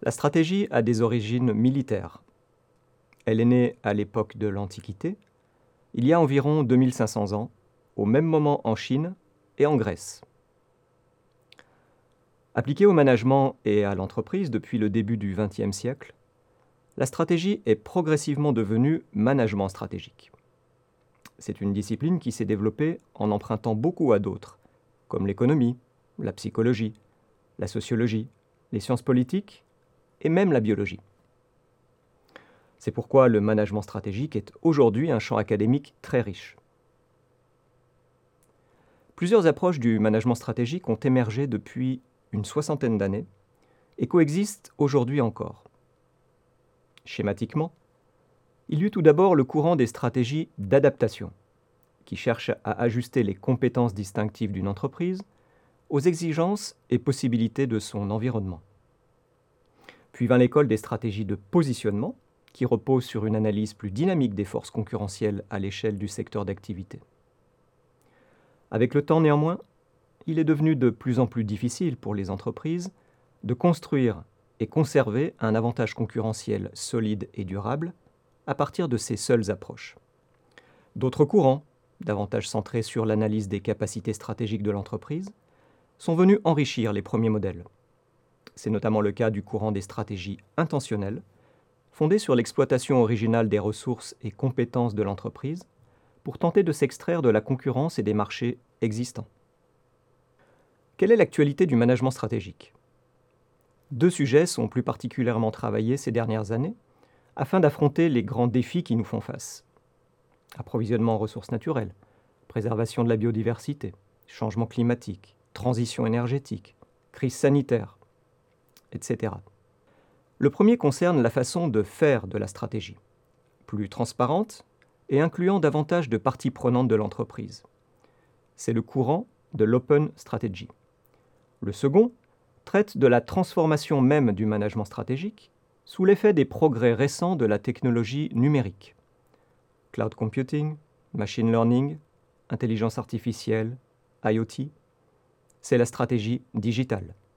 La stratégie a des origines militaires. Elle est née à l'époque de l'Antiquité, il y a environ 2500 ans, au même moment en Chine et en Grèce. Appliquée au management et à l'entreprise depuis le début du XXe siècle, la stratégie est progressivement devenue management stratégique. C'est une discipline qui s'est développée en empruntant beaucoup à d'autres, comme l'économie, la psychologie, la sociologie, les sciences politiques et même la biologie. C'est pourquoi le management stratégique est aujourd'hui un champ académique très riche. Plusieurs approches du management stratégique ont émergé depuis une soixantaine d'années et coexistent aujourd'hui encore. Schématiquement, il y eut tout d'abord le courant des stratégies d'adaptation, qui cherchent à ajuster les compétences distinctives d'une entreprise aux exigences et possibilités de son environnement. Puis vint l'école des stratégies de positionnement, qui repose sur une analyse plus dynamique des forces concurrentielles à l'échelle du secteur d'activité. Avec le temps néanmoins, il est devenu de plus en plus difficile pour les entreprises de construire et conserver un avantage concurrentiel solide et durable à partir de ces seules approches. D'autres courants, davantage centrés sur l'analyse des capacités stratégiques de l'entreprise, sont venus enrichir les premiers modèles. C'est notamment le cas du courant des stratégies intentionnelles, fondées sur l'exploitation originale des ressources et compétences de l'entreprise pour tenter de s'extraire de la concurrence et des marchés existants. Quelle est l'actualité du management stratégique ? Deux sujets sont plus particulièrement travaillés ces dernières années afin d'affronter les grands défis qui nous font face. Approvisionnement en ressources naturelles, préservation de la biodiversité, changement climatique, transition énergétique, crise sanitaire, etc. Le premier concerne la façon de faire de la stratégie, plus transparente et incluant davantage de parties prenantes de l'entreprise. C'est le courant de l'Open Strategy. Le second traite de la transformation même du management stratégique sous l'effet des progrès récents de la technologie numérique. Cloud computing, machine learning, intelligence artificielle, IoT, c'est la stratégie digitale.